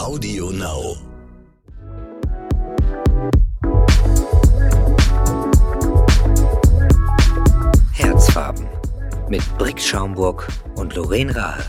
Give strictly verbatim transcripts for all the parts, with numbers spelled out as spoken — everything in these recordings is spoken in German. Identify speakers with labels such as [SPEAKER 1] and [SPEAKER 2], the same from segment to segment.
[SPEAKER 1] Audio Now. Herzfarben mit Brick Schaumburg und Lorraine Rahe.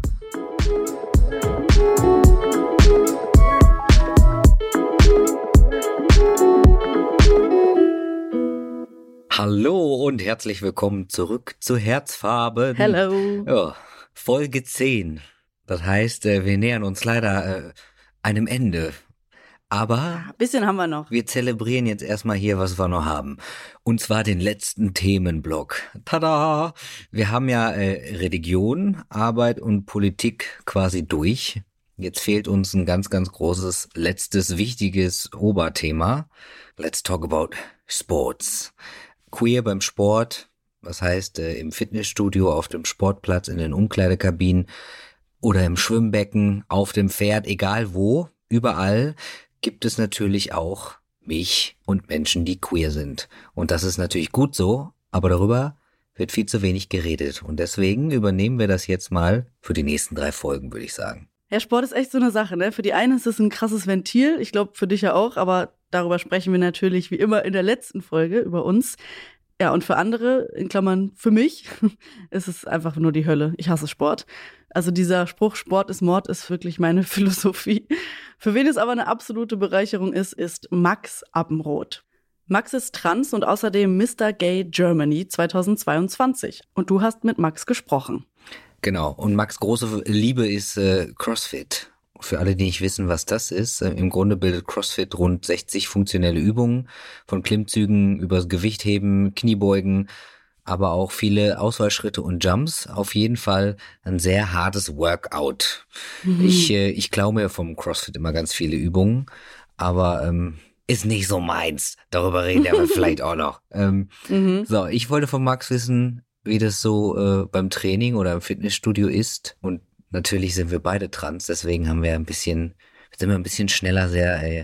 [SPEAKER 1] Hallo und herzlich willkommen zurück zu Herzfarben.
[SPEAKER 2] Hello.
[SPEAKER 1] Ja, Folge zehn. Das heißt, wir nähern uns leider äh, einem Ende. Aber
[SPEAKER 2] Ja, ein bisschen haben wir noch.
[SPEAKER 1] Wir zelebrieren jetzt erstmal hier, was wir noch haben. Und zwar den letzten Themenblock. Tada! Wir haben ja äh, Religion, Arbeit und Politik quasi durch. Jetzt fehlt uns ein ganz, ganz großes, letztes, wichtiges Oberthema. Let's talk about sports. Queer beim Sport, das heißt äh, im Fitnessstudio, auf dem Sportplatz, in den Umkleidekabinen oder im Schwimmbecken, auf dem Pferd, egal wo, überall gibt es natürlich auch mich und Menschen, die queer sind. Und das ist natürlich gut so, aber darüber wird viel zu wenig geredet. Und deswegen übernehmen wir das jetzt mal für die nächsten drei Folgen, würde ich sagen.
[SPEAKER 2] Ja, Sport ist echt so eine Sache, ne? Für die einen ist es ein krasses Ventil, ich glaube für dich ja auch, aber darüber sprechen wir natürlich wie immer in der letzten Folge über uns. Ja, und für andere, in Klammern für mich, ist es einfach nur die Hölle. Ich hasse Sport. Also dieser Spruch, Sport ist Mord, ist wirklich meine Philosophie. Für wen es aber eine absolute Bereicherung ist, ist Max Abbenroth. Max ist trans und außerdem Mister Gay Germany zweitausendzweiundzwanzig. Und du hast mit Max gesprochen.
[SPEAKER 1] Genau, und Max' große Liebe ist äh, CrossFit. Für alle, die nicht wissen, was das ist, äh, im Grunde bildet CrossFit rund sechzig funktionelle Übungen, von Klimmzügen übers Gewichtheben, Kniebeugen, aber auch viele Ausfallschritte und Jumps. Auf jeden Fall ein sehr hartes Workout. Mhm. Ich äh, ich klaue mir vom CrossFit immer ganz viele Übungen, aber ähm, ist nicht so meins. Darüber reden wir vielleicht auch noch. Ähm, mhm. So, ich wollte von Max wissen, wie das so äh, beim Training oder im Fitnessstudio ist. Und natürlich sind wir beide trans, deswegen haben wir ein bisschen, sind wir ein bisschen schneller sehr äh,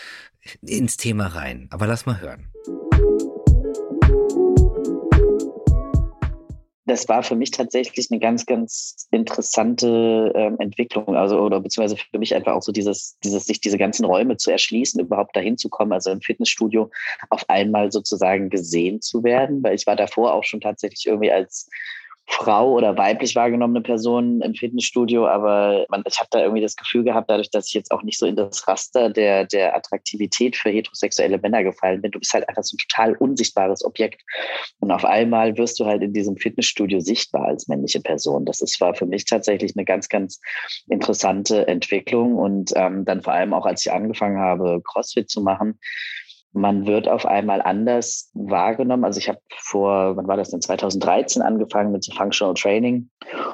[SPEAKER 1] ins Thema rein. Aber lass mal hören.
[SPEAKER 3] Das war für mich tatsächlich eine ganz, ganz interessante ähm, Entwicklung, also oder beziehungsweise für mich einfach auch so dieses, dieses sich diese ganzen Räume zu erschließen, überhaupt dahin zu kommen, also im Fitnessstudio auf einmal sozusagen gesehen zu werden, weil ich war davor auch schon tatsächlich irgendwie als Frau oder weiblich wahrgenommene Person im Fitnessstudio, aber man, ich habe da irgendwie das Gefühl gehabt, dadurch, dass ich jetzt auch nicht so in das Raster der der Attraktivität für heterosexuelle Männer gefallen bin, du bist halt einfach so ein total unsichtbares Objekt und auf einmal wirst du halt in diesem Fitnessstudio sichtbar als männliche Person. Das ist, war für mich tatsächlich eine ganz, ganz interessante Entwicklung und ähm, dann vor allem auch, als ich angefangen habe, CrossFit zu machen, man wird auf einmal anders wahrgenommen. Also ich habe vor, wann war das denn, zweitausenddreizehn angefangen mit so Functional Training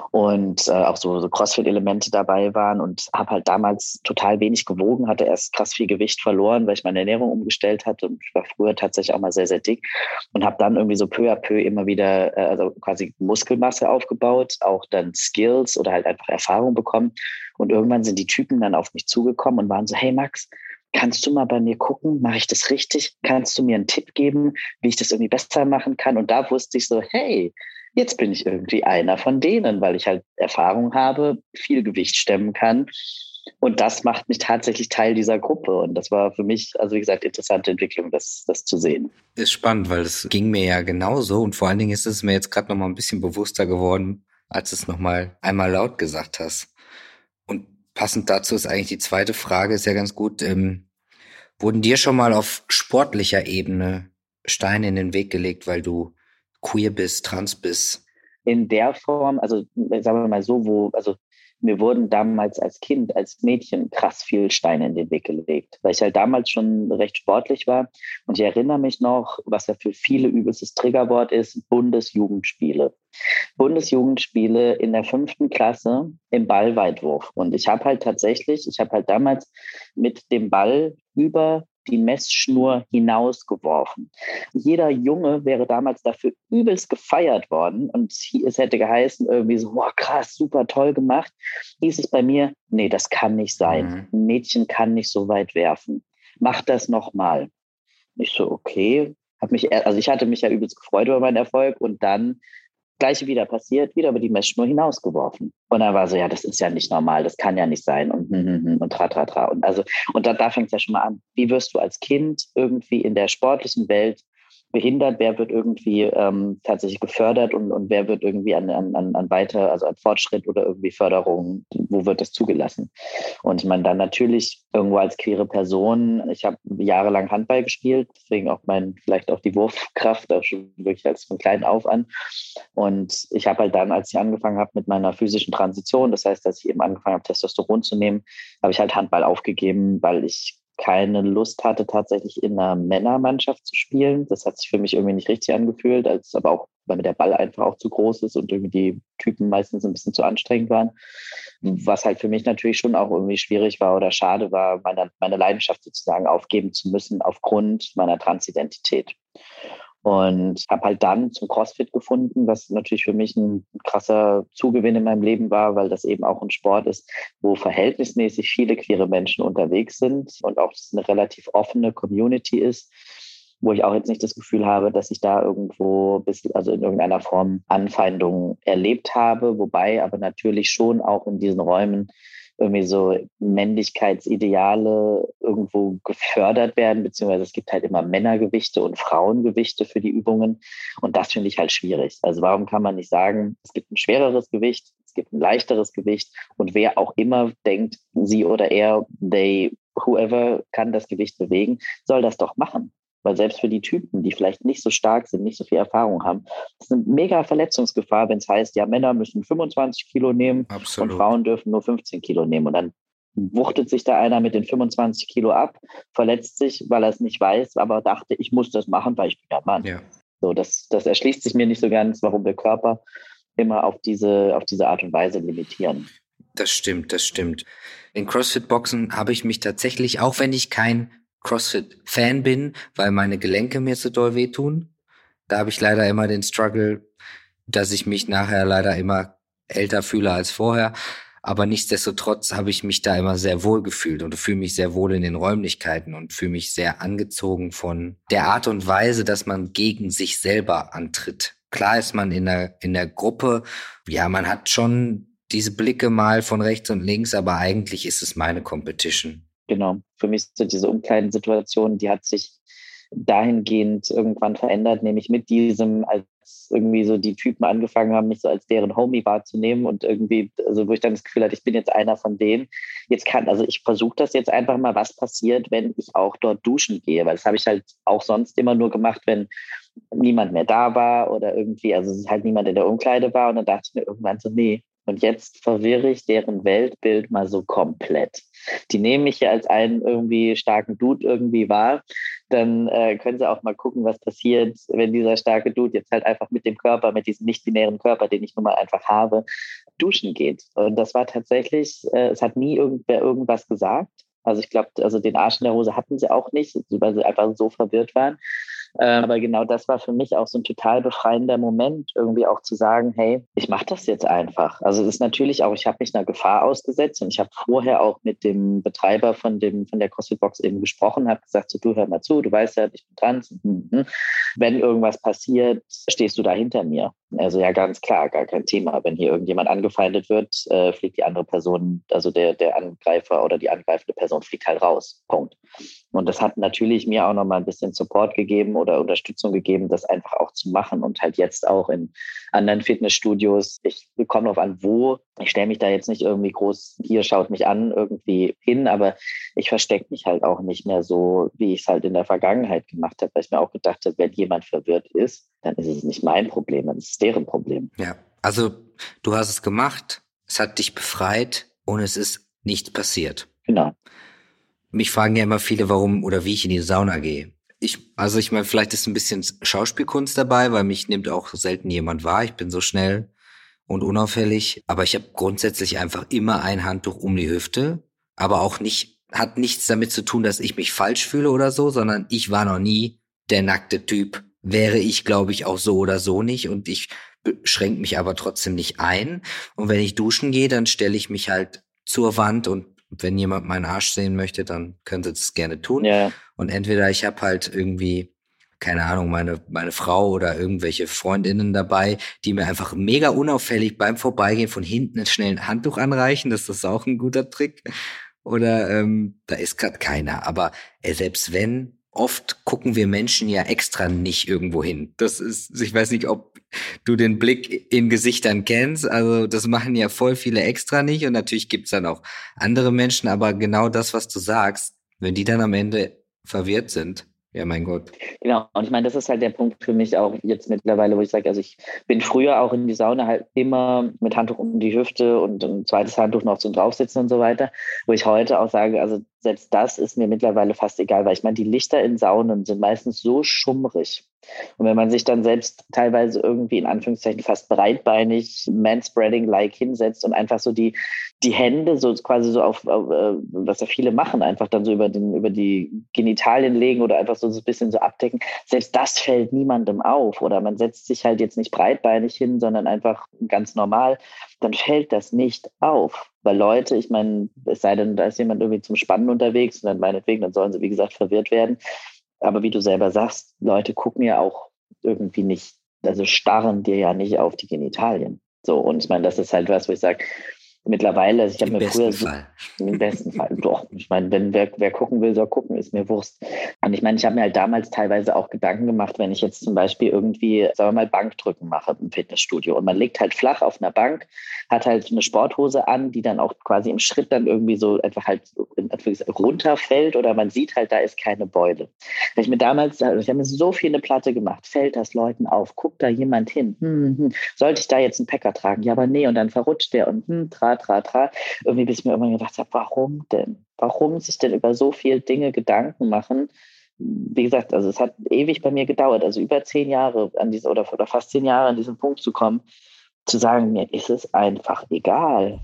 [SPEAKER 3] und äh, auch so, so CrossFit-Elemente dabei waren und habe halt damals total wenig gewogen, hatte erst krass viel Gewicht verloren, weil ich meine Ernährung umgestellt hatte und ich war früher tatsächlich auch mal sehr, sehr dick und habe dann irgendwie so peu à peu immer wieder äh, also quasi Muskelmasse aufgebaut, auch dann Skills oder halt einfach Erfahrung bekommen und irgendwann sind die Typen dann auf mich zugekommen und waren so, hey Max, kannst du mal bei mir gucken, mache ich das richtig? Kannst du mir einen Tipp geben, wie ich das irgendwie besser machen kann? Und da wusste ich so, hey, jetzt bin ich irgendwie einer von denen, weil ich halt Erfahrung habe, viel Gewicht stemmen kann. Und das macht mich tatsächlich Teil dieser Gruppe. Und das war für mich, also wie gesagt, interessante Entwicklung, das, das zu sehen.
[SPEAKER 1] Ist spannend, weil das ging mir ja genauso. Und vor allen Dingen ist es mir jetzt gerade noch mal ein bisschen bewusster geworden, als du es noch mal einmal laut gesagt hast. Und passend dazu ist eigentlich die zweite Frage, ist ja ganz gut. Ähm, wurden dir schon mal auf sportlicher Ebene Steine in den Weg gelegt, weil du queer bist, trans bist?
[SPEAKER 3] In der Form, also sagen wir mal so, wo, also mir wurden damals als Kind, als Mädchen krass viel Steine in den Weg gelegt, weil ich halt damals schon recht sportlich war. Und ich erinnere mich noch, was ja für viele übelstes Triggerwort ist, Bundesjugendspiele. Bundesjugendspiele in der fünften Klasse im Ballweitwurf. Und ich habe halt tatsächlich, ich habe halt damals mit dem Ball über die Messschnur hinausgeworfen. Jeder Junge wäre damals dafür übelst gefeiert worden und es hätte geheißen, irgendwie so, wow, krass, super toll gemacht. Hieß es bei mir, nee, das kann nicht sein. Mhm. Ein Mädchen kann nicht so weit werfen. Mach das nochmal. Ich so, okay. Hab mich, also ich hatte mich ja übelst gefreut über meinen Erfolg und dann Gleiche wieder passiert, wieder über die Messschnur hinausgeworfen. Und dann war so, ja, das ist ja nicht normal, das kann ja nicht sein und und tra, tra, tra. Und also, und da, da fängt es ja schon mal an. Wie wirst du als Kind irgendwie in der sportlichen Welt behindert, wer wird irgendwie ähm, tatsächlich gefördert und, und wer wird irgendwie an, an, an weiter, also an Fortschritt oder irgendwie Förderung, wo wird das zugelassen? Und ich meine, dann natürlich irgendwo als queere Person, ich habe jahrelang Handball gespielt, deswegen auch mein, vielleicht auch die Wurfkraft, auch schon wirklich als von klein auf an. Und ich habe halt dann, als ich angefangen habe mit meiner physischen Transition, das heißt, als ich eben angefangen habe, Testosteron zu nehmen, habe ich halt Handball aufgegeben, weil ich keine Lust hatte, tatsächlich in einer Männermannschaft zu spielen. Das hat sich für mich irgendwie nicht richtig angefühlt, als aber auch, weil mir der Ball einfach auch zu groß ist und irgendwie die Typen meistens ein bisschen zu anstrengend waren. Was halt für mich natürlich schon auch irgendwie schwierig war oder schade war, meine, meine Leidenschaft sozusagen aufgeben zu müssen aufgrund meiner Transidentität. Und habe halt dann zum CrossFit gefunden, was natürlich für mich ein krasser Zugewinn in meinem Leben war, weil das eben auch ein Sport ist, wo verhältnismäßig viele queere Menschen unterwegs sind und auch das eine relativ offene Community ist, wo ich auch jetzt nicht das Gefühl habe, dass ich da irgendwo bis, also in irgendeiner Form Anfeindungen erlebt habe, wobei aber natürlich schon auch in diesen Räumen irgendwie so Männlichkeitsideale irgendwo gefördert werden, beziehungsweise es gibt halt immer Männergewichte und Frauengewichte für die Übungen und das finde ich halt schwierig. Also warum kann man nicht sagen, es gibt ein schwereres Gewicht, es gibt ein leichteres Gewicht und wer auch immer denkt, sie oder er, they, whoever kann das Gewicht bewegen, soll das doch machen. Weil selbst für die Typen, die vielleicht nicht so stark sind, nicht so viel Erfahrung haben, das ist eine mega Verletzungsgefahr, wenn es heißt, ja, Männer müssen fünfundzwanzig Kilo nehmen
[SPEAKER 1] Absolut.
[SPEAKER 3] und Frauen dürfen nur fünfzehn Kilo nehmen. Und dann wuchtet sich da einer mit den fünfundzwanzig Kilo ab, verletzt sich, weil er es nicht weiß, aber dachte, ich muss das machen, weil ich bin ja Mann.
[SPEAKER 1] Ja.
[SPEAKER 3] So, das, das erschließt sich mir nicht so ganz, warum wir Körper immer auf diese, auf diese Art und Weise limitieren.
[SPEAKER 1] Das stimmt, das stimmt. In CrossFit-Boxen habe ich mich tatsächlich, auch wenn ich kein CrossFit-Fan bin, weil meine Gelenke mir zu doll wehtun. Da habe ich leider immer den Struggle, dass ich mich nachher leider immer älter fühle als vorher. Aber nichtsdestotrotz habe ich mich da immer sehr wohl gefühlt und fühle mich sehr wohl in den Räumlichkeiten und fühle mich sehr angezogen von der Art und Weise, dass man gegen sich selber antritt. Klar ist man in der, in der Gruppe, ja, man hat schon diese Blicke mal von rechts und links, aber eigentlich ist es meine Competition.
[SPEAKER 3] Genau. Für mich ist so diese Umkleidensituation, die hat sich dahingehend irgendwann verändert, nämlich mit diesem, als irgendwie so die Typen angefangen haben, mich so als deren Homie wahrzunehmen und irgendwie, also wo ich dann das Gefühl hatte, ich bin jetzt einer von denen. Jetzt kann, also ich versuche das jetzt einfach mal, was passiert, wenn ich auch dort duschen gehe, weil das habe ich halt auch sonst immer nur gemacht, wenn niemand mehr da war oder irgendwie, also es ist halt niemand in der Umkleide war und dann dachte ich mir irgendwann so, nee, und jetzt verwirre ich deren Weltbild mal so komplett. Die nehmen mich ja als einen irgendwie starken Dude irgendwie wahr. Dann äh, können sie auch mal gucken, was passiert, wenn dieser starke Dude jetzt halt einfach mit dem Körper, mit diesem nicht-binären Körper, den ich nun mal einfach habe, duschen geht. Und das war tatsächlich, äh, es hat nie irgendwer irgendwas gesagt. Also ich glaube, also den Arsch in der Hose hatten sie auch nicht, weil sie einfach so verwirrt waren. Ähm, aber genau das war für mich auch so ein total befreiender Moment, irgendwie auch zu sagen, hey, ich mache das jetzt einfach. Also es ist natürlich auch, ich habe mich einer Gefahr ausgesetzt und ich habe vorher auch mit dem Betreiber von dem von der CrossFit-Box eben gesprochen, habe gesagt, so, du hör mal zu, du weißt ja, ich bin trans. Mhm. Wenn irgendwas passiert, stehst du da hinter mir. Also ja, ganz klar, gar kein Thema. Wenn hier irgendjemand angefeindet wird, äh, fliegt die andere Person, also der, der Angreifer oder die angreifende Person fliegt halt raus. Punkt. Und das hat natürlich mir auch nochmal ein bisschen Support gegeben oder Unterstützung gegeben, das einfach auch zu machen und halt jetzt auch in anderen Fitnessstudios. Ich komme darauf an, wo. Ich stelle mich da jetzt nicht irgendwie groß, hier schaut mich an, irgendwie hin, aber ich verstecke mich halt auch nicht mehr so, wie ich es halt in der Vergangenheit gemacht habe, weil ich mir auch gedacht habe, wenn jemand verwirrt ist, dann ist es nicht mein Problem, dann ist es deren Problem.
[SPEAKER 1] Ja, also du hast es gemacht, es hat dich befreit und es ist nichts passiert.
[SPEAKER 3] Genau.
[SPEAKER 1] Mich fragen ja immer viele, warum oder wie ich in die Sauna gehe. Ich, also ich meine, vielleicht ist ein bisschen Schauspielkunst dabei, weil mich nimmt auch selten jemand wahr. Ich bin so schnell und unauffällig. Aber ich habe grundsätzlich einfach immer ein Handtuch um die Hüfte. Aber auch nicht, hat nichts damit zu tun, dass ich mich falsch fühle oder so, sondern ich war noch nie der nackte Typ. Wäre ich, glaube ich, auch so oder so nicht. Und ich schränke mich aber trotzdem nicht ein. Und wenn ich duschen gehe, dann stelle ich mich halt zur Wand und wenn jemand meinen Arsch sehen möchte, dann könnte es gerne tun.
[SPEAKER 3] Ja.
[SPEAKER 1] Und entweder ich habe halt irgendwie keine Ahnung, meine, meine Frau oder irgendwelche Freundinnen dabei, die mir einfach mega unauffällig beim Vorbeigehen von hinten schnell ein Handtuch anreichen. Das ist auch ein guter Trick. Oder ähm, da ist gerade keiner. Aber äh, selbst wenn, oft gucken wir Menschen ja extra nicht irgendwo hin. Das ist, ich weiß nicht, ob du den Blick in Gesichtern kennst. Also das machen ja voll viele extra nicht. Und natürlich gibt's dann auch andere Menschen. Aber genau das, was du sagst, wenn die dann am Ende verwirrt sind, ja, mein Gott.
[SPEAKER 3] Genau, und ich meine, das ist halt der Punkt für mich auch jetzt mittlerweile, wo ich sage, also ich bin früher auch in die Sauna halt immer mit Handtuch um die Hüfte und ein zweites Handtuch noch zum Draufsitzen und so weiter, wo ich heute auch sage, also selbst das ist mir mittlerweile fast egal, weil ich meine, die Lichter in Saunen sind meistens so schummrig. Und wenn man sich dann selbst teilweise irgendwie in Anführungszeichen fast breitbeinig Manspreading-like hinsetzt und einfach so die, die Hände so quasi so auf, auf was ja viele machen, einfach dann so über den, über die Genitalien legen oder einfach so ein bisschen so abdecken, selbst das fällt niemandem auf. Oder man setzt sich halt jetzt nicht breitbeinig hin, sondern einfach ganz normal, dann fällt das nicht auf. Weil Leute, ich meine, es sei denn, da ist jemand irgendwie zum Spannen unterwegs und dann meinetwegen, dann sollen sie, wie gesagt, verwirrt werden. Aber wie du selber sagst, Leute gucken ja auch irgendwie nicht, also starren dir ja nicht auf die Genitalien. So, und ich meine, das ist halt was, wo ich sage, mittlerweile, also ich habe mir früher so, im besten Fall, doch, ich meine, wenn wer, wer gucken will, soll gucken, ist mir Wurst. Und ich meine, ich habe mir halt damals teilweise auch Gedanken gemacht, wenn ich jetzt zum Beispiel irgendwie, sagen wir mal, Bankdrücken mache im Fitnessstudio und man liegt halt flach auf einer Bank, hat halt eine Sporthose an, die dann auch quasi im Schritt dann irgendwie so einfach halt runterfällt oder man sieht halt, da ist keine Beule. Wenn ich mir damals, ich habe mir so viel eine Platte gemacht, fällt das Leuten auf, guckt da jemand hin, hm, hm, sollte ich da jetzt einen Packer tragen? Ja, aber nee, und dann verrutscht der und hm, tra, tra, tra. Irgendwie bis ich mir irgendwann gedacht habe, warum denn? Warum sich denn über so viele Dinge Gedanken machen? Wie gesagt, also es hat ewig bei mir gedauert, also über zehn Jahre an diese, oder, oder fast zehn Jahre an diesen Punkt zu kommen, zu sagen, mir ist es einfach egal.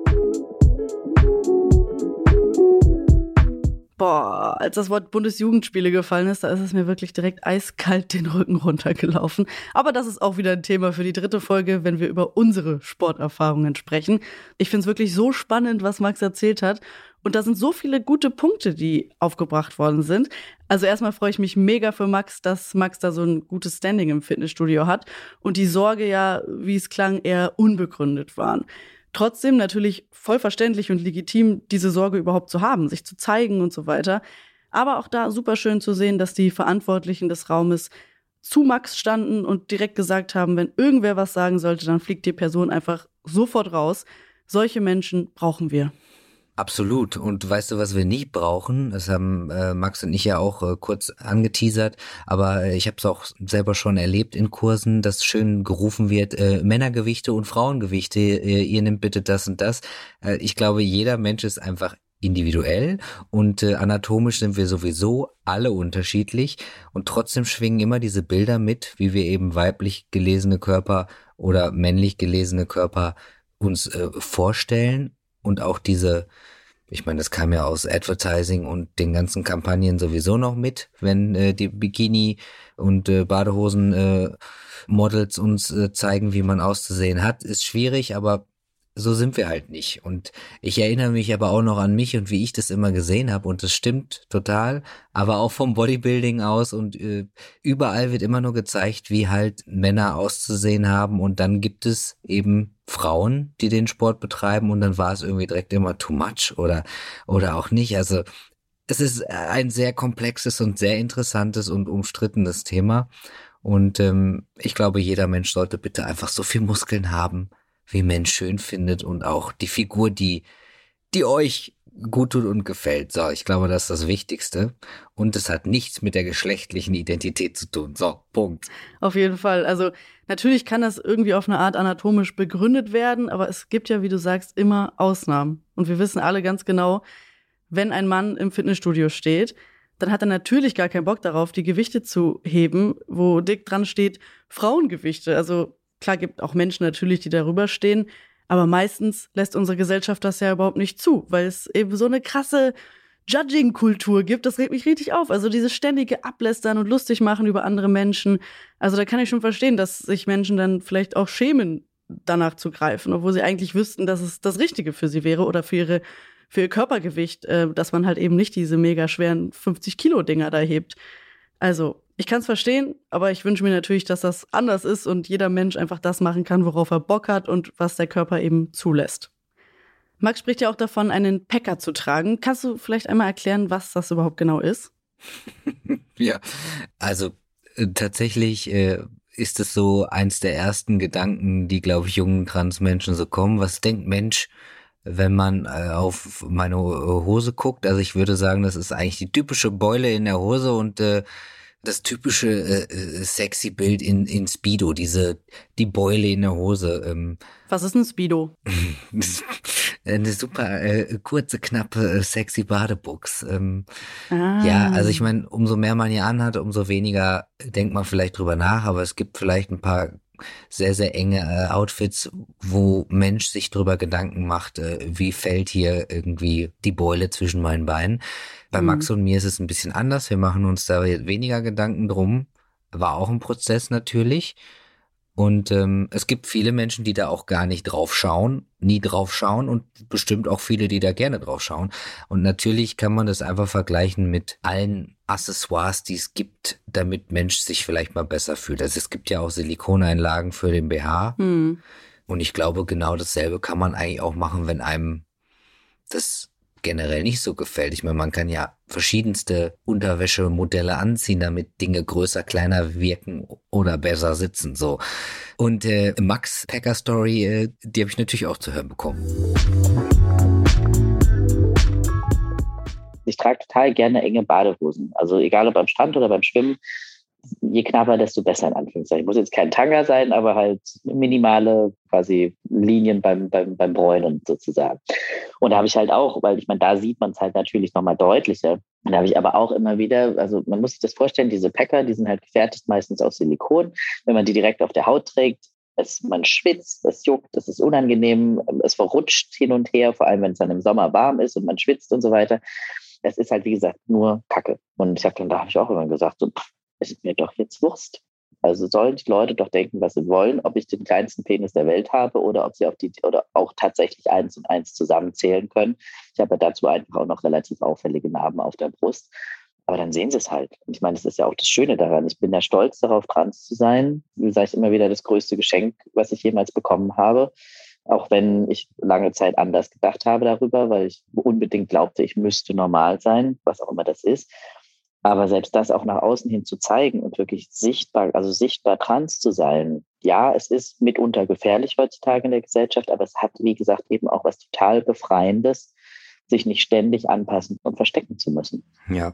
[SPEAKER 2] Boah, als das Wort Bundesjugendspiele gefallen ist, da ist es mir wirklich direkt eiskalt den Rücken runtergelaufen. Aber das ist auch wieder ein Thema für die dritte Folge, wenn wir über unsere Sporterfahrungen sprechen. Ich finde es wirklich so spannend, was Max erzählt hat. Und da sind so viele gute Punkte, die aufgebracht worden sind. Also erstmal freue ich mich mega für Max, dass Max da so ein gutes Standing im Fitnessstudio hat. Und die Sorge ja, wie es klang, eher unbegründet waren. Trotzdem natürlich voll verständlich und legitim, diese Sorge überhaupt zu haben, sich zu zeigen und so weiter. Aber auch da super schön zu sehen, dass die Verantwortlichen des Raumes zu Max standen und direkt gesagt haben, wenn irgendwer was sagen sollte, dann fliegt die Person einfach sofort raus. Solche Menschen brauchen wir.
[SPEAKER 1] Absolut. Und weißt du, was wir nicht brauchen? Das haben äh, Max und ich ja auch äh, kurz angeteasert, aber äh, ich habe es auch selber schon erlebt in Kursen, dass schön gerufen wird, äh, Männergewichte und Frauengewichte, äh, ihr nehmt bitte das und das. Äh, ich glaube, jeder Mensch ist einfach individuell und äh, anatomisch sind wir sowieso alle unterschiedlich und trotzdem schwingen immer diese Bilder mit, wie wir eben weiblich gelesene Körper oder männlich gelesene Körper uns äh, vorstellen. Und auch diese, ich meine, das kam ja aus Advertising und den ganzen Kampagnen sowieso noch mit, wenn äh, die Bikini- und äh, Badehosen-Models äh, uns äh, zeigen, wie man auszusehen hat. Ist schwierig, aber so sind wir halt nicht. Und ich erinnere mich aber auch noch an mich und wie ich das immer gesehen habe. Und das stimmt total, aber auch vom Bodybuilding aus. Und äh, überall wird immer nur gezeigt, wie halt Männer auszusehen haben. Und dann gibt es eben Frauen, die den Sport betreiben. Und dann war es irgendwie direkt immer too much oder, oder auch nicht. Also es ist ein sehr komplexes und sehr interessantes und umstrittenes Thema. Und ähm, ich glaube, jeder Mensch sollte bitte einfach so viel Muskeln haben, wie Mensch schön findet und auch die Figur, die, die euch gut tut und gefällt. So, ich glaube, das ist das Wichtigste. Und es hat nichts mit der geschlechtlichen Identität zu tun. So, Punkt.
[SPEAKER 2] Auf jeden Fall. Also natürlich kann das irgendwie auf eine Art anatomisch begründet werden, aber es gibt ja, wie du sagst, immer Ausnahmen. Und wir wissen alle ganz genau, wenn ein Mann im Fitnessstudio steht, dann hat er natürlich gar keinen Bock darauf, die Gewichte zu heben, wo dick dran steht, Frauengewichte. Also klar gibt auch Menschen natürlich, die darüber stehen, aber meistens lässt unsere Gesellschaft das ja überhaupt nicht zu, weil es eben so eine krasse Judging-Kultur gibt. Das regt mich richtig auf. Also dieses ständige Ablästern und lustig machen über andere Menschen. Also da kann ich schon verstehen, dass sich Menschen dann vielleicht auch schämen, danach zu greifen, obwohl sie eigentlich wüssten, dass es das Richtige für sie wäre oder für ihre für ihr Körpergewicht, äh, dass man halt eben nicht diese mega schweren fünfzig Kilo Dinger da hebt. Also Ich kann es verstehen, aber ich wünsche mir natürlich, dass das anders ist und jeder Mensch einfach das machen kann, worauf er Bock hat und was der Körper eben zulässt. Max spricht ja auch davon, einen Packer zu tragen. Kannst du vielleicht einmal erklären, was das überhaupt genau ist?
[SPEAKER 1] Ja, also äh, tatsächlich äh, ist es so eins der ersten Gedanken, die, glaube ich, jungen Transmenschen so kommen. Was denkt Mensch, wenn man äh, auf meine Hose guckt? Also ich würde sagen, das ist eigentlich die typische Beule in der Hose und äh, das typische äh, sexy Bild in in Speedo, diese die Beule in der Hose. Ähm,
[SPEAKER 2] Was ist ein Speedo?
[SPEAKER 1] Eine super äh, kurze, knappe, äh, sexy Badebuchs. Ähm,
[SPEAKER 2] Ah.
[SPEAKER 1] Ja, also ich meine, umso mehr man hier anhat, umso weniger denkt man vielleicht drüber nach, aber es gibt vielleicht ein paar sehr, sehr enge äh, Outfits, wo Mensch sich drüber Gedanken macht, äh, wie fällt hier irgendwie die Beule zwischen meinen Beinen. Bei
[SPEAKER 2] Hm.
[SPEAKER 1] Max und mir ist es ein bisschen anders, wir machen uns da weniger Gedanken drum. War auch ein Prozess natürlich. Und ähm, es gibt viele Menschen, die da auch gar nicht drauf schauen, nie drauf schauen und bestimmt auch viele, die da gerne drauf schauen. Und natürlich kann man das einfach vergleichen mit allen Accessoires, die es gibt, damit Mensch sich vielleicht mal besser fühlt. Also es gibt ja auch Silikoneinlagen für den B H.
[SPEAKER 2] Hm.
[SPEAKER 1] Und ich glaube, genau dasselbe kann man eigentlich auch machen, wenn einem das generell nicht so gefällt. Ich meine, man kann ja verschiedenste Unterwäschemodelle anziehen, damit Dinge größer, kleiner wirken oder besser sitzen. So. Und äh, Max Packer Story, äh, die habe ich natürlich auch zu hören bekommen.
[SPEAKER 3] Ich trage total gerne enge Badehosen. Also egal ob am Strand oder beim Schwimmen, je knapper, desto besser in Anführungszeichen. Muss jetzt kein Tanga sein, aber halt minimale quasi Linien beim, beim, beim Bräunen sozusagen. Und da habe ich halt auch, weil ich meine, da sieht man es halt natürlich nochmal deutlicher. Und da habe ich aber auch immer wieder, also man muss sich das vorstellen, diese Packer, die sind halt gefertigt meistens aus Silikon. Wenn man die direkt auf der Haut trägt, es, man schwitzt, es juckt, es ist unangenehm, es verrutscht hin und her, vor allem wenn es dann im Sommer warm ist und man schwitzt und so weiter. Es ist halt, wie gesagt, nur Kacke. Und ich habe dann, da habe ich auch immer gesagt, so, pff, es ist mir doch jetzt Wurst. Also sollen die Leute doch denken, was sie wollen, ob ich den kleinsten Penis der Welt habe oder ob sie auf die oder auch tatsächlich eins und eins zusammenzählen können. Ich habe ja dazu einfach auch noch relativ auffällige Narben auf der Brust. Aber dann sehen sie es halt. Und ich meine, das ist ja auch das Schöne daran. Ich bin ja stolz darauf, trans zu sein. Wie sage ich immer wieder, das größte Geschenk, was ich jemals bekommen habe. Auch wenn ich lange Zeit anders gedacht habe darüber, weil ich unbedingt glaubte, ich müsste normal sein, was auch immer das ist. Aber selbst das auch nach außen hin zu zeigen und wirklich sichtbar, also sichtbar trans zu sein. Ja, es ist mitunter gefährlich heutzutage in der Gesellschaft, aber es hat, wie gesagt, eben auch was total Befreiendes, sich nicht ständig anpassen und verstecken zu müssen.
[SPEAKER 1] Ja.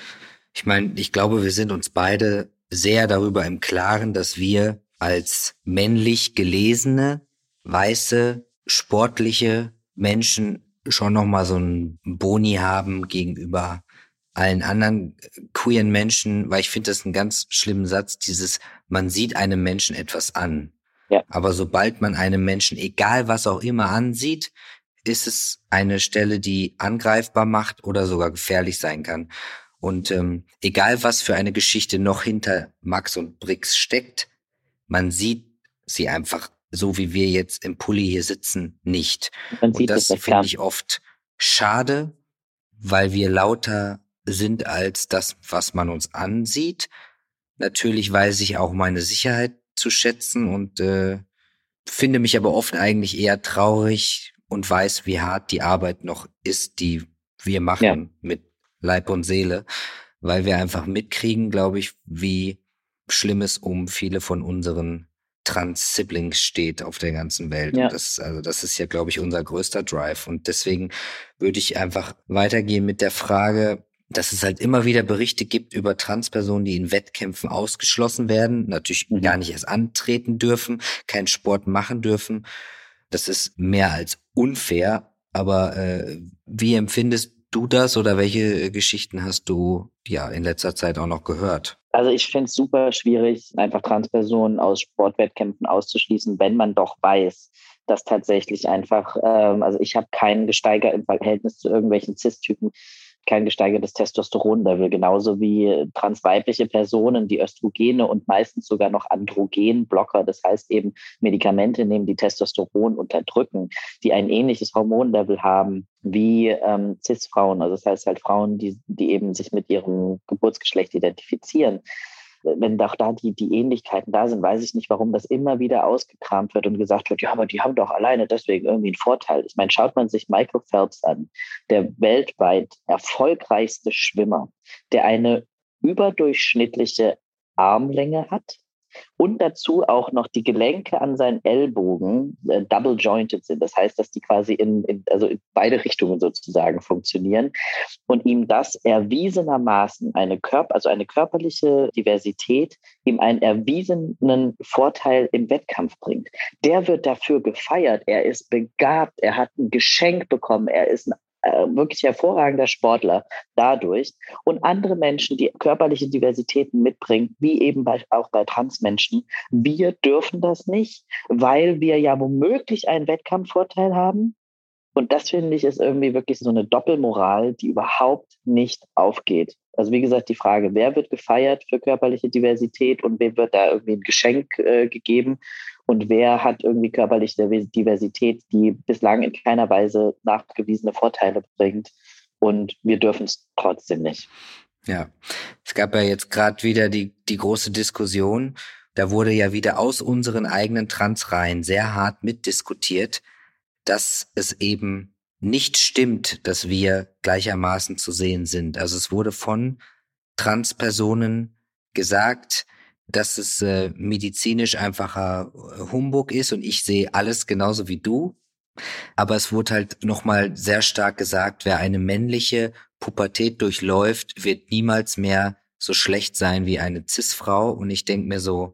[SPEAKER 1] Ich meine, ich glaube, wir sind uns beide sehr darüber im Klaren, dass wir als männlich gelesene, weiße, sportliche Menschen schon nochmal so einen Boni haben gegenüber allen anderen queeren Menschen, weil ich finde das einen ganz schlimmen Satz, dieses, man sieht einem Menschen etwas an.
[SPEAKER 3] Ja.
[SPEAKER 1] Aber sobald man einem Menschen, egal was auch immer, ansieht, ist es eine Stelle, die angreifbar macht oder sogar gefährlich sein kann. Und ähm, egal was für eine Geschichte noch hinter Max und Brix steckt, man sieht sie einfach, so wie wir jetzt im Pulli hier sitzen, nicht.
[SPEAKER 3] Man
[SPEAKER 1] und
[SPEAKER 3] sieht
[SPEAKER 1] das
[SPEAKER 3] das
[SPEAKER 1] finde ich oft schade, weil wir lauter sind als das, was man uns ansieht. Natürlich weiß ich auch meine Sicherheit zu schätzen und äh, finde mich aber oft eigentlich eher traurig und weiß, wie hart die Arbeit noch ist, die wir machen
[SPEAKER 3] Ja.
[SPEAKER 1] mit Leib und Seele, weil wir einfach mitkriegen, glaube ich, wie schlimm es um viele von unseren Trans-Siblings steht auf der ganzen Welt.
[SPEAKER 3] Ja.
[SPEAKER 1] Und das, also das ist ja, glaube ich, unser größter Drive. Und deswegen würde ich einfach weitergehen mit der Frage, dass es halt immer wieder Berichte gibt über Transpersonen, die in Wettkämpfen ausgeschlossen werden, natürlich
[SPEAKER 3] Mhm.
[SPEAKER 1] gar nicht erst antreten dürfen, keinen Sport machen dürfen. Das ist mehr als unfair. Aber äh, wie empfindest du das oder welche Geschichten hast du ja in letzter Zeit auch noch gehört?
[SPEAKER 3] Also ich finde es super schwierig, einfach Transpersonen aus Sportwettkämpfen auszuschließen, wenn man doch weiß, dass tatsächlich einfach, ähm, also ich habe keinen Gesteiger im Verhältnis zu irgendwelchen Cis-Typen, kein gesteigertes Testosteronlevel, genauso wie transweibliche Personen, die Östrogene und meistens sogar noch Androgenblocker, das heißt eben Medikamente nehmen, die Testosteron unterdrücken, die ein ähnliches Hormonlevel haben wie ähm, Cis-Frauen, also das heißt halt Frauen, die, die eben sich mit ihrem Geburtsgeschlecht identifizieren. wenn doch da die, die Ähnlichkeiten da sind, weiß ich nicht, warum das immer wieder ausgekramt wird und gesagt wird, ja, aber die haben doch alleine deswegen irgendwie einen Vorteil. Ich meine, schaut man sich Michael Phelps an, der weltweit erfolgreichste Schwimmer, der eine überdurchschnittliche Armlänge hat und dazu auch noch die Gelenke an seinen Ellbogen äh, double jointed sind. Das heißt, dass die quasi in, in, also in beide Richtungen sozusagen funktionieren und ihm das erwiesenermaßen eine Körper, also eine körperliche Diversität ihm einen erwiesenen Vorteil im Wettkampf bringt. Der wird dafür gefeiert. Er ist begabt. Er hat ein Geschenk bekommen. Er ist ein Äh, wirklich hervorragender Sportler dadurch. Und andere Menschen, die körperliche Diversitäten mitbringen, wie eben bei, auch bei Transmenschen, wir dürfen das nicht, weil wir ja womöglich einen Wettkampfvorteil haben. Und das, finde ich, ist irgendwie wirklich so eine Doppelmoral, die überhaupt nicht aufgeht. Also wie gesagt, die Frage, wer wird gefeiert für körperliche Diversität und wem wird da irgendwie ein Geschenk äh, gegeben und wer hat irgendwie körperliche Diversität, die bislang in keiner Weise nachgewiesene Vorteile bringt und wir dürfen es trotzdem nicht.
[SPEAKER 1] Ja, es gab ja jetzt gerade wieder die, die große Diskussion, da wurde ja wieder aus unseren eigenen Transreihen sehr hart mitdiskutiert, dass es eben nicht stimmt, dass wir gleichermaßen zu sehen sind. Also es wurde von Transpersonen gesagt, dass es äh, medizinisch einfacher Humbug ist und ich sehe alles genauso wie du. Aber es wurde halt nochmal sehr stark gesagt, wer eine männliche Pubertät durchläuft, wird niemals mehr so schlecht sein wie eine Cis-Frau. Und ich denke mir so,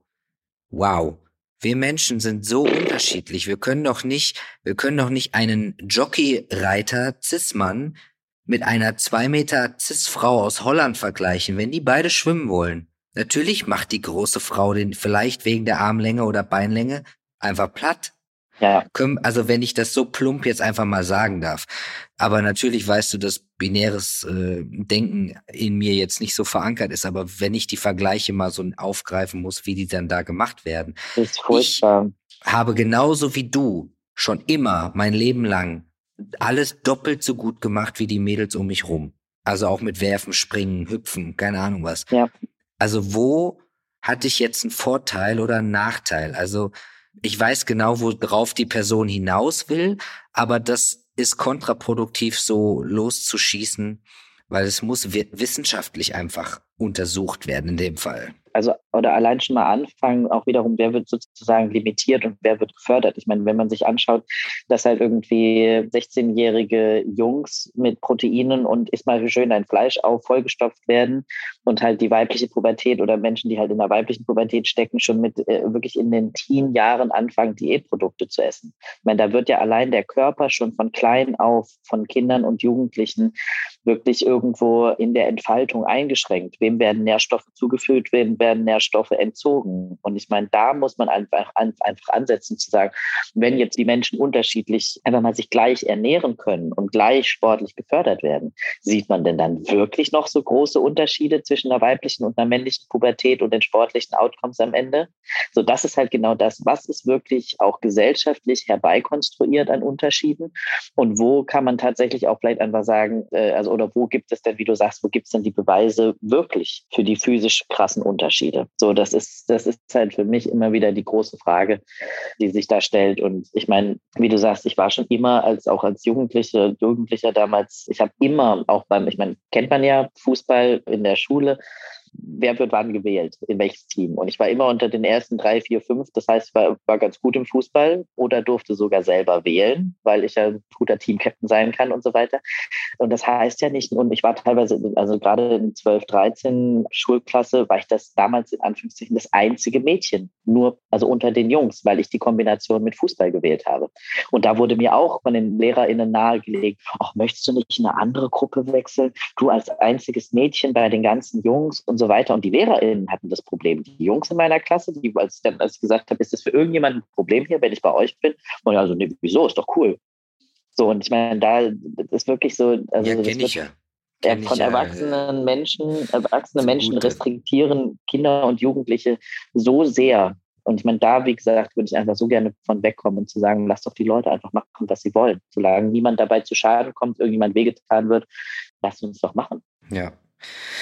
[SPEAKER 1] wow, wir Menschen sind so unterschiedlich. Wir können doch nicht, wir können doch nicht einen Jockey-Reiter Cis-Mann mit einer zwei Meter Cis-Frau aus Holland vergleichen, wenn die beide schwimmen wollen. Natürlich macht die große Frau den vielleicht wegen der Armlänge oder Beinlänge einfach platt. Ja. Also wenn ich das so plump jetzt einfach mal sagen darf. Aber natürlich weißt du, dass binäres äh, Denken in mir jetzt nicht so verankert ist. Aber wenn ich die Vergleiche mal so aufgreifen muss, wie die dann da gemacht werden.
[SPEAKER 3] Das ist furchtbar.
[SPEAKER 1] Ich habe genauso wie du schon immer mein Leben lang alles doppelt so gut gemacht wie die Mädels um mich rum. Also auch mit Werfen, Springen, Hüpfen, keine Ahnung was.
[SPEAKER 3] Ja.
[SPEAKER 1] Also wo hatte ich jetzt einen Vorteil oder einen Nachteil? Also ich weiß genau, worauf die Person hinaus will, aber das ist kontraproduktiv, so loszuschießen, weil es muss wissenschaftlich einfach untersucht werden in dem Fall.
[SPEAKER 3] Also, oder allein schon mal anfangen, auch wiederum, wer wird sozusagen limitiert und wer wird gefördert. Ich meine, wenn man sich anschaut, dass halt irgendwie sechzehnjährige Jungs mit Proteinen und isst mal schön dein Fleisch auf, vollgestopft werden und halt die weibliche Pubertät oder Menschen, die halt in der weiblichen Pubertät stecken, schon mit äh, wirklich in den Teen-Jahren anfangen, Diätprodukte zu essen. Ich meine, da wird ja allein der Körper schon von klein auf, von Kindern und Jugendlichen wirklich irgendwo in der Entfaltung eingeschränkt. Wem werden Nährstoffe zugeführt, wem werden Nährstoffe entzogen? Und ich meine, da muss man einfach, einfach ansetzen zu sagen, wenn jetzt die Menschen unterschiedlich einfach mal sich gleich ernähren können und gleich sportlich gefördert werden, sieht man denn dann wirklich noch so große Unterschiede zwischen einer weiblichen und einer männlichen Pubertät und den sportlichen Outcomes am Ende? So, das ist halt genau das, was ist wirklich auch gesellschaftlich herbeikonstruiert an Unterschieden und wo kann man tatsächlich auch vielleicht einfach sagen, äh, also oder wo gibt es denn, wie du sagst, wo gibt es denn die Beweise wirklich für die physisch krassen Unterschiede? So, das ist, das ist halt für mich immer wieder die große Frage, die sich da stellt. Und ich meine, wie du sagst, ich war schon immer, als auch als Jugendliche, Jugendlicher damals, ich habe immer auch beim, ich meine, kennt man ja Fußball in der Schule, wer wird wann gewählt, in welches Team. Und ich war immer unter den ersten drei, vier, fünf. Das heißt, ich war, war ganz gut im Fußball oder durfte sogar selber wählen, weil ich ja ein guter Team-Captain sein kann und so weiter. Und das heißt ja nicht, und ich war teilweise, also gerade in zwölf, dreizehn Schulklasse, war ich das damals in Anführungszeichen das einzige Mädchen, nur, also unter den Jungs, weil ich die Kombination mit Fußball gewählt habe. Und da wurde mir auch von den LehrerInnen nahegelegt, ach, möchtest du nicht in eine andere Gruppe wechseln? Du als einziges Mädchen bei den ganzen Jungs und so weiter. Und die LehrerInnen hatten das Problem. Die Jungs in meiner Klasse, die, als ich dann als ich gesagt habe, ist das für irgendjemanden ein Problem hier, wenn ich bei euch bin? Und also, nee, wieso? Ist doch cool. So, und ich meine, da ist wirklich so, also
[SPEAKER 1] ja,
[SPEAKER 3] das
[SPEAKER 1] kenn ich ja.
[SPEAKER 3] Kenn von ich erwachsenen ja. Menschen, erwachsene Menschen Gute. restriktieren Kinder und Jugendliche so sehr. Und ich meine, da, wie gesagt, würde ich einfach so gerne von wegkommen und zu sagen, lass doch die Leute einfach machen, was sie wollen. Solange niemand dabei zu Schaden kommt, irgendjemand wehgetan wird, lass uns doch machen.
[SPEAKER 1] Ja.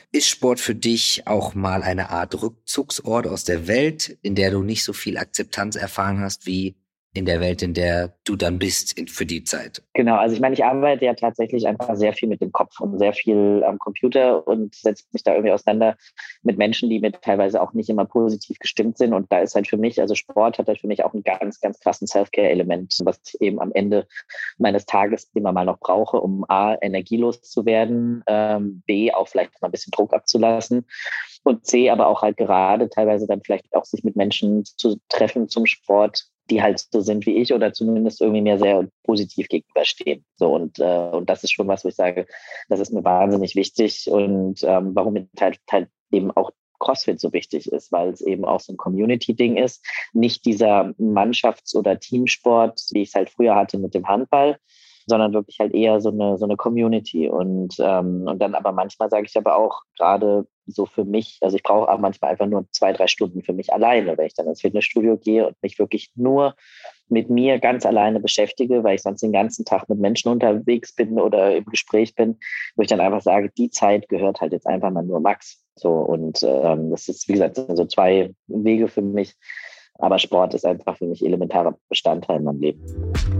[SPEAKER 1] Ist Sport für dich auch mal eine Art Rückzugsort aus der Welt, in der du nicht so viel Akzeptanz erfahren hast wie in der Welt, in der du dann bist in, für die Zeit?
[SPEAKER 3] Genau, also ich meine, ich arbeite ja tatsächlich einfach sehr viel mit dem Kopf und sehr viel am Computer und setze mich da irgendwie auseinander mit Menschen, die mir teilweise auch nicht immer positiv gestimmt sind. Und da ist halt für mich, also Sport hat halt für mich auch einen ganz, ganz krassen Self-Care-Element, was ich eben am Ende meines Tages immer mal noch brauche, um A, energielos zu werden, ähm, B, auch vielleicht mal ein bisschen Druck abzulassen und C, aber auch halt gerade teilweise dann vielleicht auch sich mit Menschen zu treffen zum Sport, die halt so sind wie ich oder zumindest irgendwie mir sehr positiv gegenüberstehen. So und, äh, und das ist schon was, wo ich sage, das ist mir wahnsinnig wichtig und ähm, warum mir halt, halt eben auch CrossFit so wichtig ist, weil es eben auch so ein Community-Ding ist. Nicht dieser Mannschafts- oder Teamsport, wie ich es halt früher hatte mit dem Handball, sondern wirklich halt eher so eine so eine Community. Und, ähm, und dann aber manchmal sage ich aber auch gerade so für mich, also ich brauche auch manchmal einfach nur zwei, drei Stunden für mich alleine, wenn ich dann ins Fitnessstudio gehe und mich wirklich nur mit mir ganz alleine beschäftige, weil ich sonst den ganzen Tag mit Menschen unterwegs bin oder im Gespräch bin, wo ich dann einfach sage, die Zeit gehört halt jetzt einfach mal nur Max. So und ähm, das ist, wie gesagt, so zwei Wege für mich. Aber Sport ist einfach für mich elementarer Bestandteil in meinem Leben.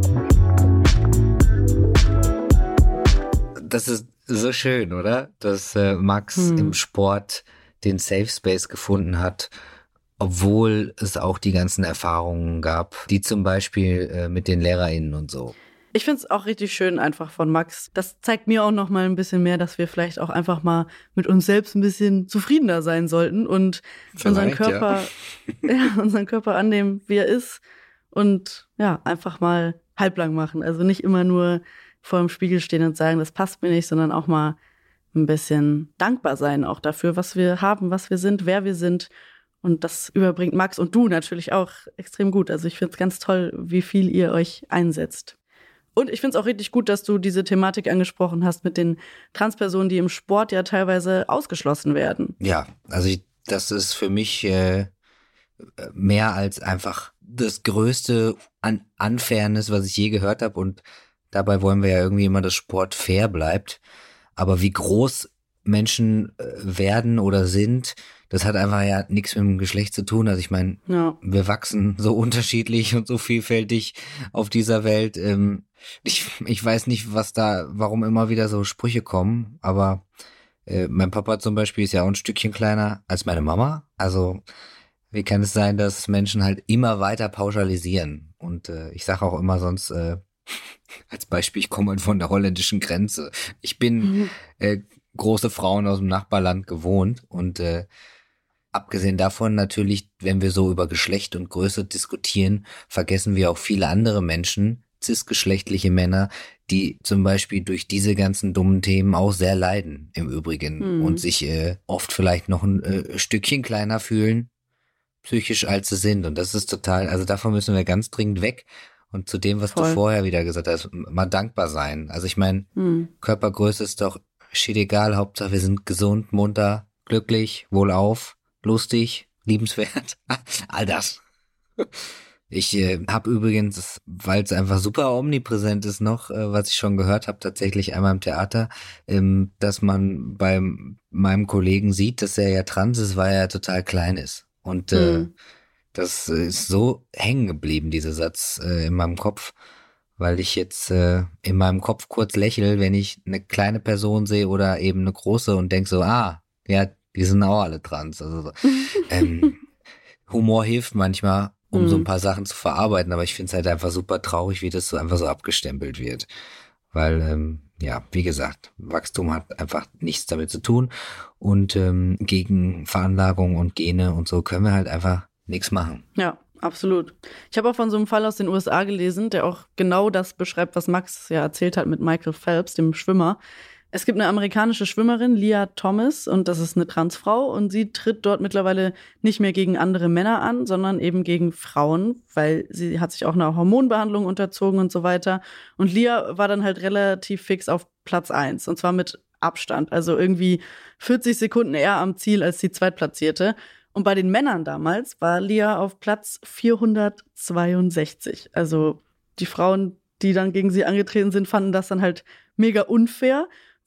[SPEAKER 1] Das ist so schön, oder? Dass äh, Max hm. im Sport den Safe Space gefunden hat, obwohl es auch die ganzen Erfahrungen gab, die zum Beispiel äh, mit den LehrerInnen und so.
[SPEAKER 2] Ich finde es auch richtig schön einfach von Max. Das zeigt mir auch noch mal ein bisschen mehr, dass wir vielleicht auch einfach mal mit uns selbst ein bisschen zufriedener sein sollten und vielleicht, unseren Körper, ja. ja, unseren Körper annehmen, wie er ist und ja, einfach mal halblang machen. Also nicht immer nur vor dem Spiegel stehen und sagen, das passt mir nicht, sondern auch mal ein bisschen dankbar sein auch dafür, was wir haben, was wir sind, wer wir sind. Und das überbringt Max und du natürlich auch extrem gut. Also ich finde es ganz toll, wie viel ihr euch einsetzt. Und ich finde es auch richtig gut, dass du diese Thematik angesprochen hast mit den Transpersonen, die im Sport ja teilweise ausgeschlossen werden.
[SPEAKER 1] Ja, also ich, das ist für mich äh, mehr als einfach das größte An- Unfairness, was ich je gehört habe. Und dabei wollen wir ja irgendwie immer, dass Sport fair bleibt. Aber wie groß Menschen äh, werden oder sind, das hat einfach ja nichts mit dem Geschlecht zu tun. Also ich meine, ja. wir wachsen so unterschiedlich und so vielfältig auf dieser Welt. Ähm, ich, ich weiß nicht, was da, warum immer wieder so Sprüche kommen, aber äh, mein Papa zum Beispiel ist ja auch ein Stückchen kleiner als meine Mama. Also wie kann es sein, dass Menschen halt immer weiter pauschalisieren? Und äh, ich sage auch immer sonst, äh, als Beispiel, ich komme halt von der holländischen Grenze. Ich bin mhm. äh, große Frauen aus dem Nachbarland gewohnt und äh, abgesehen davon natürlich, wenn wir so über Geschlecht und Größe diskutieren, vergessen wir auch viele andere Menschen, cisgeschlechtliche Männer, die zum Beispiel durch diese ganzen dummen Themen auch sehr leiden im Übrigen mhm. und sich äh, oft vielleicht noch ein äh, Stückchen kleiner fühlen, psychisch als sie sind. Und das ist total, also davon müssen wir ganz dringend weg. Und zu dem, was Voll. du vorher wieder gesagt hast, mal dankbar sein. Also ich meine, mhm. Körpergröße ist doch shit egal, Hauptsache wir sind gesund, munter, glücklich, wohlauf, lustig, liebenswert, all das. Ich äh, habe übrigens, weil es einfach super omnipräsent ist noch, äh, was ich schon gehört habe, tatsächlich einmal im Theater, ähm, dass man bei meinem Kollegen sieht, dass er ja trans ist, weil er total klein ist. Und äh, mhm. das ist so hängen geblieben, dieser Satz äh, in meinem Kopf, weil ich jetzt äh, in meinem Kopf kurz lächel, wenn ich eine kleine Person sehe oder eben eine große und denk so, ah, ja, die sind auch alle trans. Also ähm, Humor hilft manchmal, um mhm. so ein paar Sachen zu verarbeiten, aber ich finde es halt einfach super traurig, wie das so einfach so abgestempelt wird. Weil, ähm, ja, wie gesagt, Wachstum hat einfach nichts damit zu tun und ähm, gegen Veranlagung und Gene und so können wir halt einfach nichts machen.
[SPEAKER 2] Ja, absolut. Ich habe auch von so einem Fall aus den U S A gelesen, der auch genau das beschreibt, was Max ja erzählt hat mit Michael Phelps, dem Schwimmer. Es gibt eine amerikanische Schwimmerin, Lia Thomas, und das ist eine Transfrau und sie tritt dort mittlerweile nicht mehr gegen andere Männer an, sondern eben gegen Frauen, weil sie hat sich auch einer Hormonbehandlung unterzogen und so weiter. Und Lia war dann halt relativ fix auf Platz eins und zwar mit Abstand, also irgendwie vierzig Sekunden eher am Ziel als die Zweitplatzierte. Und bei den Männern damals war Lia auf Platz vierhundertzweiundsechzig. Also die Frauen, die dann gegen sie angetreten sind, fanden das dann halt mega unfair.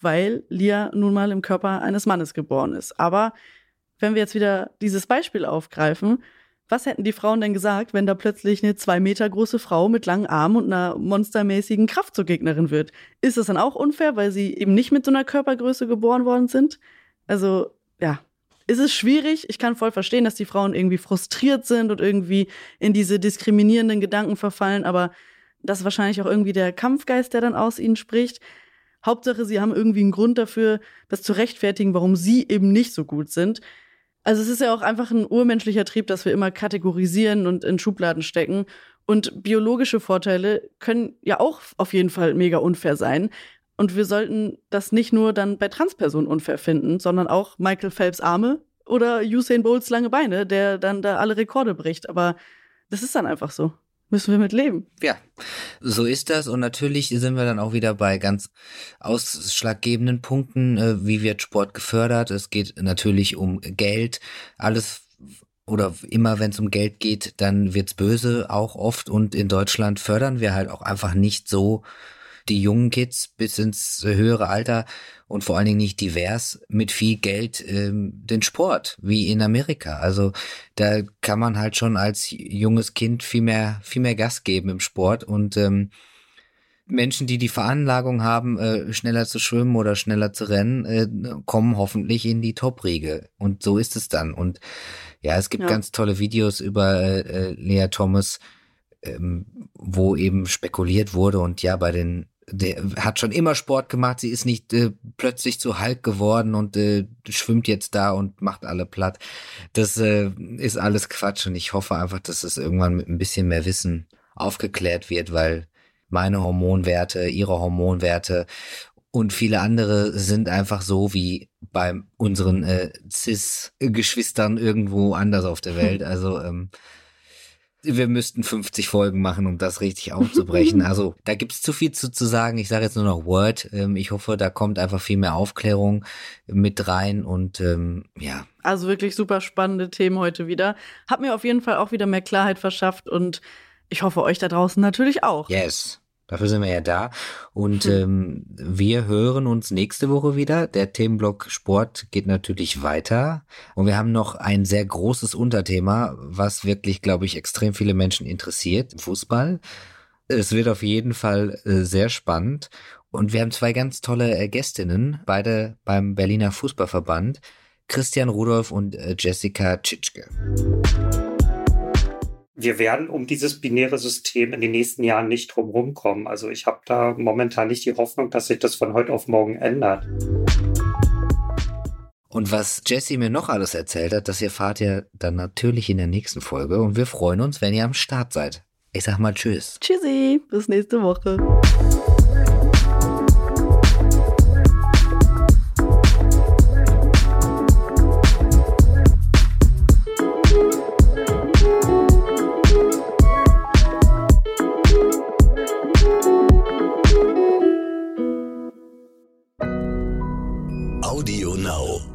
[SPEAKER 2] weil Lia nun mal im Körper eines Mannes geboren ist. Aber wenn wir jetzt wieder dieses Beispiel aufgreifen, was hätten die Frauen denn gesagt, wenn da plötzlich eine zwei Meter große Frau mit langen Armen und einer monstermäßigen Kraft zur Gegnerin wird? Ist das dann auch unfair, weil sie eben nicht mit so einer Körpergröße geboren worden sind? Also, ja, ist es schwierig. Ich kann voll verstehen, dass die Frauen irgendwie frustriert sind und irgendwie in diese diskriminierenden Gedanken verfallen, aber das ist wahrscheinlich auch irgendwie der Kampfgeist, der dann aus ihnen spricht. Hauptsache, sie haben irgendwie einen Grund dafür, das zu rechtfertigen, warum sie eben nicht so gut sind. Also es ist ja auch einfach ein urmenschlicher Trieb, dass wir immer kategorisieren und in Schubladen stecken. Und biologische Vorteile können ja auch auf jeden Fall mega unfair sein. Und wir sollten das nicht nur dann bei Transpersonen unfair finden, sondern auch Michael Phelps Arme oder Usain Bolts lange Beine, der dann da alle Rekorde bricht. Aber das ist dann einfach so. Müssen wir mit leben.
[SPEAKER 1] Ja, so ist das. Und natürlich sind wir dann auch wieder bei ganz ausschlaggebenden Punkten. Äh, wie wird Sport gefördert? Es geht natürlich um Geld. Alles oder immer, wenn es um Geld geht, dann wird's böse, auch oft. Und in Deutschland fördern wir halt auch einfach nicht so die jungen Kids bis ins höhere Alter und vor allen Dingen nicht divers mit viel Geld ähm, den Sport, wie in Amerika. Also da kann man halt schon als junges Kind viel mehr viel mehr Gas geben im Sport und ähm, Menschen, die die Veranlagung haben, äh, schneller zu schwimmen oder schneller zu rennen, äh, kommen hoffentlich in die Top-Riege. Und so ist es dann. Und ja, es gibt ja. ganz tolle Videos über äh, Lia Thomas, ähm, wo eben spekuliert wurde und ja, bei den der hat schon immer Sport gemacht, sie ist nicht äh, plötzlich zu Hulk geworden und äh, schwimmt jetzt da und macht alle platt. Das äh, ist alles Quatsch und ich hoffe einfach, dass es irgendwann mit ein bisschen mehr Wissen aufgeklärt wird, weil meine Hormonwerte, ihre Hormonwerte und viele andere sind einfach so wie bei unseren äh, Cis-Geschwistern irgendwo anders auf der Welt. Also ähm, wir müssten fünfzig Folgen machen, um das richtig aufzubrechen. Also da gibt's zu viel zu, zu sagen. Ich sage jetzt nur noch Word. Ähm, ich hoffe, da kommt einfach viel mehr Aufklärung mit rein und ähm, ja.
[SPEAKER 2] Also wirklich super spannende Themen heute wieder. Hat mir auf jeden Fall auch wieder mehr Klarheit verschafft und ich hoffe, euch da draußen natürlich auch.
[SPEAKER 1] Yes. Dafür sind wir ja da und ähm, wir hören uns nächste Woche wieder. Der Themenblock Sport geht natürlich weiter und wir haben noch ein sehr großes Unterthema, was wirklich, glaube ich, extrem viele Menschen interessiert, Fußball. Es wird auf jeden Fall äh, sehr spannend und wir haben zwei ganz tolle äh, Gästinnen, beide beim Berliner Fußballverband, Christian Rudolph und äh, Jessica Tschitschke.
[SPEAKER 4] Wir werden um dieses binäre System in den nächsten Jahren nicht drumherum kommen. Also ich habe da momentan nicht die Hoffnung, dass sich das von heute auf morgen ändert.
[SPEAKER 1] Und was Jessie mir noch alles erzählt hat, das erfahrt ihr dann natürlich in der nächsten Folge. Und wir freuen uns, wenn ihr am Start seid. Ich sag mal Tschüss.
[SPEAKER 2] Tschüssi, bis nächste Woche.
[SPEAKER 5] Audio Now.